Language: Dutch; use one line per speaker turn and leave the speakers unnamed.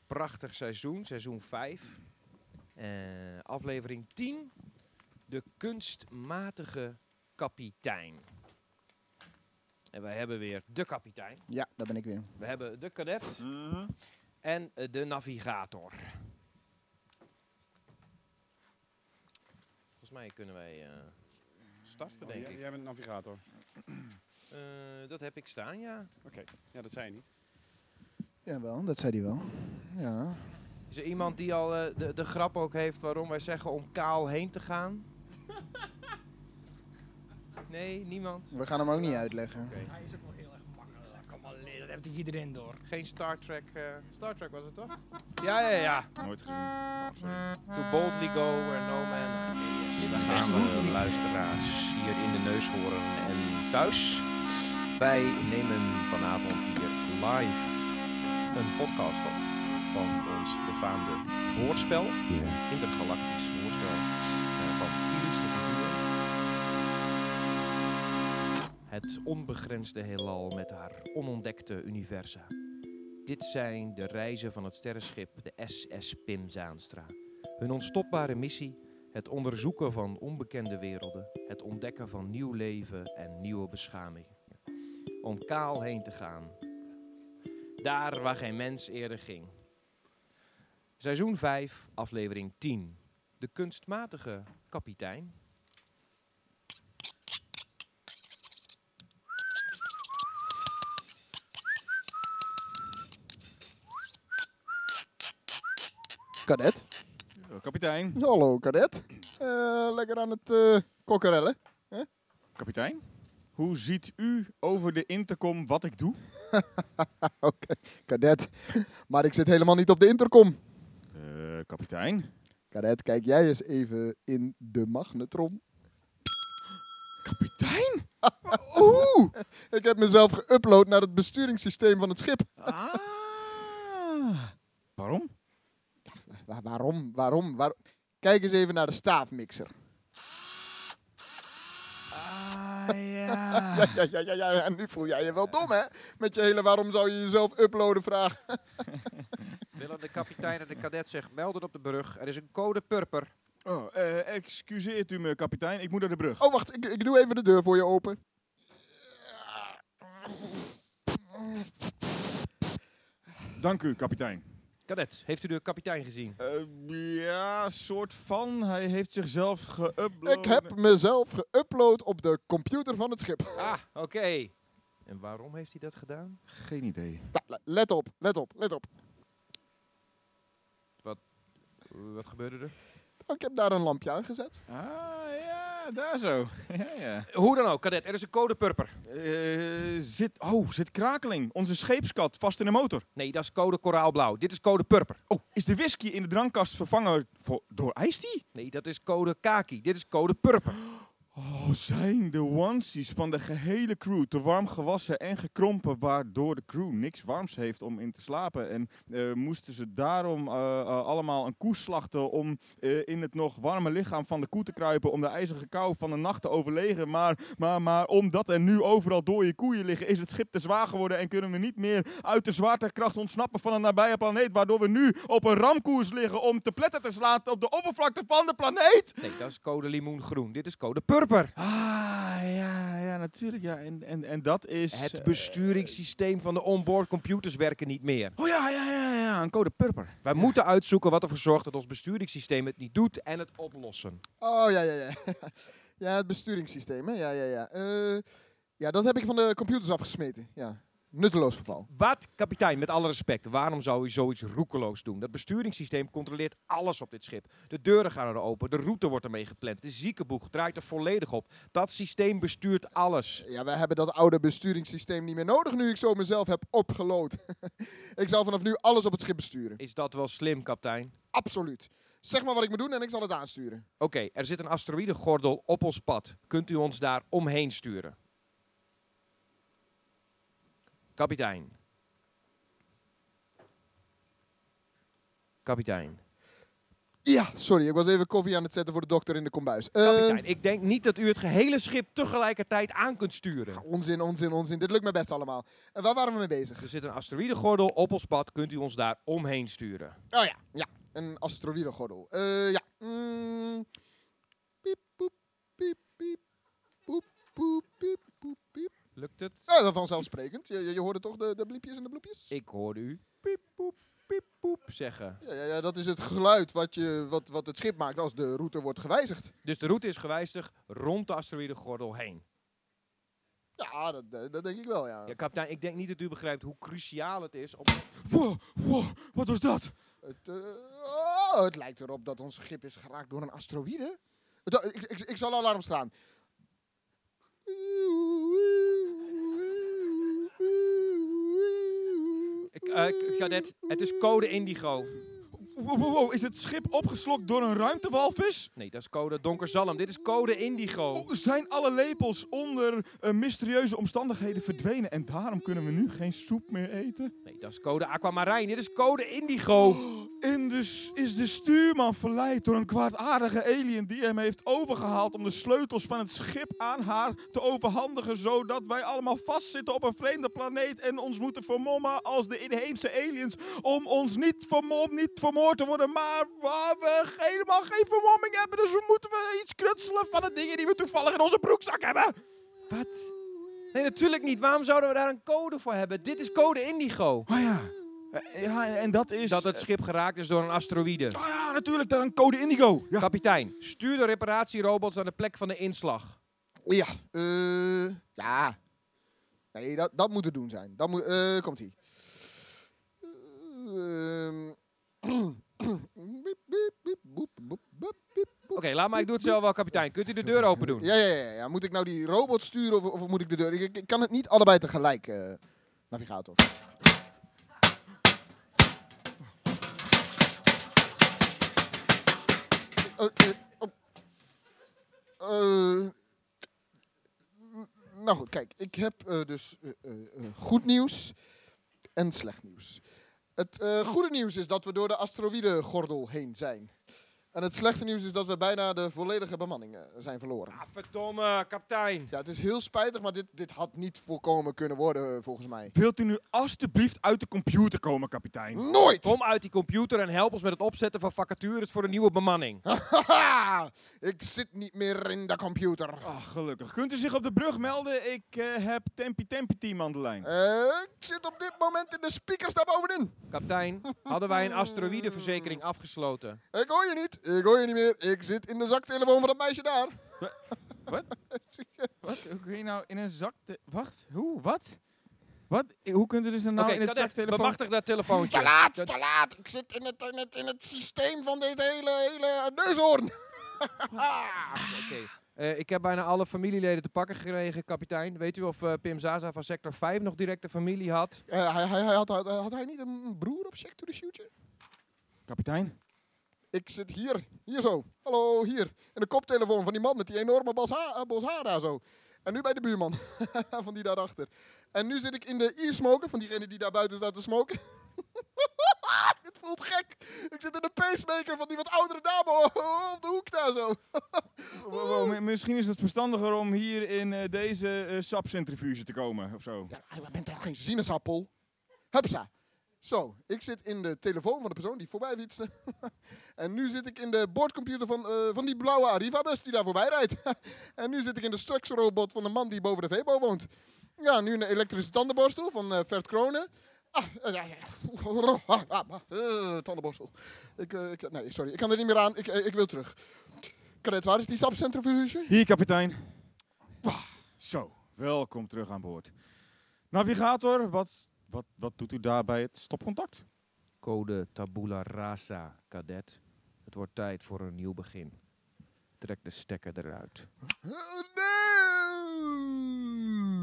prachtig seizoen, seizoen 5. Aflevering 10. De kunstmatige kapitein. En wij hebben weer de kapitein.
Ja, dat ben ik weer.
We hebben de kadet en de navigator. Volgens mij kunnen wij starten, denk ik.
Jij bent navigator.
Dat heb ik staan, ja.
Oké, ja, dat zei je niet.
Jawel, dat zei hij wel. Ja.
Is er iemand die al de grap ook heeft waarom wij zeggen om kaal heen te gaan? Nee, niemand?
We gaan hem ook niet uitleggen.
Okay.
Hij is ook wel heel erg makkelijk. Kom maar, dat heeft iedereen door.
Geen Star Trek. Star Trek was het toch? Ja.
Nooit gezien.
To boldly go where no man. Daar gaan we, luisteraars hier in de neushoorn en thuis. Wij nemen vanavond hier live een podcast op van ons befaamde woordspel. Intergalactisch woordspel van Iris de Figuur. Het onbegrensde heelal met haar onontdekte universa. Dit zijn de reizen van het sterrenschip de SS Pim Zaanstra. Hun onstopbare missie: het onderzoeken van onbekende werelden, het ontdekken van nieuw leven en nieuwe beschaming. Om kaal heen te gaan. Daar waar geen mens eerder ging. Seizoen 5, aflevering 10. De kunstmatige kapitein.
Kadet.
Kapitein.
Hallo, kadet. Lekker aan het kokkerellen.
Kapitein. Hoe ziet u over de intercom wat ik doe?
Oké, kadet. Maar ik zit helemaal niet op de intercom.
Kapitein.
Kadet, kijk jij eens even in de magnetron.
Kapitein?
Oeh! Ik heb mezelf geüpload naar het besturingssysteem van het schip.
Waarom?
Waarom? Kijk eens even naar de staafmixer.
Ja.
Ja, en nu voel jij je wel dom, hè? Met je hele waarom zou je jezelf uploaden vraag.
Willen de kapitein en de kadet zich melden op de brug? Er is een code purper.
Oh, excuseert u me, kapitein. Ik moet naar de brug.
Oh, wacht. Ik doe even de deur voor je open.
Dank u, kapitein.
Kadet, heeft u de kapitein gezien?
Ja, soort van. Hij heeft zichzelf geüpload.
Ik heb mezelf geüpload op de computer van het schip.
Ah, oké. En waarom heeft hij dat gedaan?
Geen idee.
Nou, let op.
Wat gebeurde er?
Ik heb daar een lampje aangezet.
Ja, daar zo. Ja.
Hoe dan ook, kadet, er is een code purper.
Zit krakeling, onze scheepskat, vast in de motor.
Nee, dat is code koraalblauw. Dit is code purper.
Oh, is de whisky in de drankkast vervangen door ijstea?
Nee, dat is code kaki. Dit is code purper.
Oh, zijn de onesies van de gehele crew te warm gewassen en gekrompen, waardoor de crew niks warms heeft om in te slapen. En moesten ze daarom allemaal een koe slachten om in het nog warme lichaam van de koe te kruipen, om de ijzige kou van de nacht te overleven. Maar omdat er nu overal dode koeien liggen, is het schip te zwaar geworden en kunnen we niet meer uit de zwaartekracht ontsnappen van een nabije planeet, waardoor we nu op een ramkoers liggen om te pletter te slaan op de oppervlakte van de planeet.
Nee, dat is code limoengroen. Dit is code purper.
Ja, natuurlijk. Ja. En dat is...
Het besturingssysteem van de onboard computers werken niet meer.
Oh ja, een code purper.
Wij moeten uitzoeken wat ervoor zorgt dat ons besturingssysteem het niet doet en het oplossen.
Oh, ja. Ja, het besturingssysteem, hè? Ja. Ja, dat heb ik van de computers afgesmeten. Ja, nutteloos geval.
Wat, kapitein, met alle respect, waarom zou u zoiets roekeloos doen? Dat besturingssysteem controleert alles op dit schip. De deuren gaan er open, de route wordt ermee gepland, de ziekenboeg draait er volledig op. Dat systeem bestuurt alles.
Ja, we hebben dat oude besturingssysteem niet meer nodig nu ik zo mezelf heb opgeload. Ik zal vanaf nu alles op het schip besturen.
Is dat wel slim, kapitein?
Absoluut. Zeg maar wat ik moet doen en ik zal het aansturen.
Oké, er zit een asteroïdengordel op ons pad. Kunt u ons daar omheen sturen? Kapitein.
Ja, sorry, ik was even koffie aan het zetten voor de dokter in de kombuis.
Kapitein, ik denk niet dat u het gehele schip tegelijkertijd aan kunt sturen.
Onzin. Dit lukt mij best allemaal. En waar waren we mee bezig?
Er zit een asteroïdegordel op ons pad. Kunt u ons daar omheen sturen?
Oh ja. Een asteroïdegordel. Ja. Piep, poep, piep, piep. Poep, poep, piep, poep, piep.
Lukt het?
Ja, vanzelfsprekend. Je hoorde toch de bliepjes en de bloepjes?
Ik hoorde u piep, poep zeggen.
Ja, dat is het geluid wat het schip maakt als de route wordt gewijzigd.
Dus de route is gewijzigd rond de asteroïdegordel heen.
Ja, dat denk ik wel, ja.
Ja, kapitein, ik denk niet dat u begrijpt hoe cruciaal het is om...
Wow, wat was dat?
Het lijkt erop dat ons schip is geraakt door een asteroïde. Ik zal alarm slaan.
Cadet, het is code Indigo.
Wow, is het schip opgeslokt door een ruimtewalvis?
Nee, dat is code Donkerzalm. Dit is code Indigo.
Zijn alle lepels onder mysterieuze omstandigheden verdwenen en daarom kunnen we nu geen soep meer eten?
Nee, dat is code Aquamarijn. Dit is code Indigo.
En dus is de stuurman verleid door een kwaadaardige alien die hem heeft overgehaald om de sleutels van het schip aan haar te overhandigen, zodat wij allemaal vastzitten op een vreemde planeet en ons moeten vermommen als de inheemse aliens om ons niet vermoord te worden, maar waar we helemaal geen vermomming hebben, dus we moeten iets knutselen van de dingen die we toevallig in onze broekzak hebben.
Wat? Nee, natuurlijk niet. Waarom zouden we daar een code voor hebben? Dit is code Indigo.
Oh ja. Ja, en dat is...
Dat het schip geraakt is door een asteroïde.
Oh ja, natuurlijk, daar een code Indigo. Ja.
Kapitein, stuur de reparatierobots naar de plek van de inslag.
Ja, ja. Nee, dat moet het doen zijn. Komt-ie.
Oké, laat maar. Ik doe het zelf wel, kapitein. Kunt u de deur open doen?
Ja. Moet ik nou die robot sturen of moet ik de deur... Ik kan het niet allebei tegelijk, navigator. Nou goed, kijk. Ik heb dus goed nieuws en slecht nieuws. Het goede nieuws is dat we door de asteroïdegordel heen zijn. En het slechte nieuws is dat we bijna de volledige bemanning zijn verloren.
Ah, verdomme, kapitein.
Ja, het is heel spijtig, maar dit had niet voorkomen kunnen worden, volgens mij.
Wilt u nu alstublieft uit de computer komen, kapitein?
Nooit!
Kom uit die computer en help ons met het opzetten van vacatures voor de nieuwe bemanning.
Ik zit niet meer in de computer.
Ach, gelukkig. Kunt u zich op de brug melden? Ik heb Tempi team aan de lijn.
Ik zit op dit moment in de speakers daar bovenin.
Kapitein, hadden wij een asteroïdeverzekering afgesloten?
Ik hoor je niet. Ik hoor je niet meer. Ik zit in de zaktelefoon van dat meisje daar.
Wat? Wat? Hoe kun je nou in een zak... Wacht, hoe? Wat? Wat? Hoe kunt u dus nou in het
cadet,
zaktelefoon...
bemachtig dat telefoontje.
Te laat. Ik zit in het systeem van dit hele neushoorn.
Oké. Ik heb bijna alle familieleden te pakken gekregen, kapitein. Weet u of Pim Zaza van sector 5 nog directe familie had?
Had hij niet een broer op Check to the Future?
Kapitein?
Ik zit hier zo. Hallo, hier. In de koptelefoon van die man met die enorme bos haar daar zo. En nu bij de buurman, van die daarachter. En nu zit ik in de e-smoker, van diegene die daar buiten staat te smoken. Het voelt gek. Ik zit in de pacemaker van die wat oudere dame op de hoek daar zo.
Misschien is het verstandiger om hier in deze sapcentrifuge te komen, of zo.
Ja, je bent toch geen sinaasappel? Hupsa. Zo, ik zit in de telefoon van de persoon die voorbij fietste. En nu zit ik in de boordcomputer van die blauwe Arriva-bus die daar voorbij rijdt. En nu zit ik in de structure-robot van de man die boven de Vebo woont. Ja, nu een elektrische tandenborstel van Vert Kronen. Tandenborstel. Nee, sorry, ik kan er niet meer aan. Ik wil terug. Cadet, waar is die sapcentrifuge?
Hier, kapitein. Zo, welkom terug aan boord. Navigator, wat doet u daar bij het stopcontact?
Code tabula rasa, kadet. Het wordt tijd voor een nieuw begin. Trek de stekker eruit.
Nee!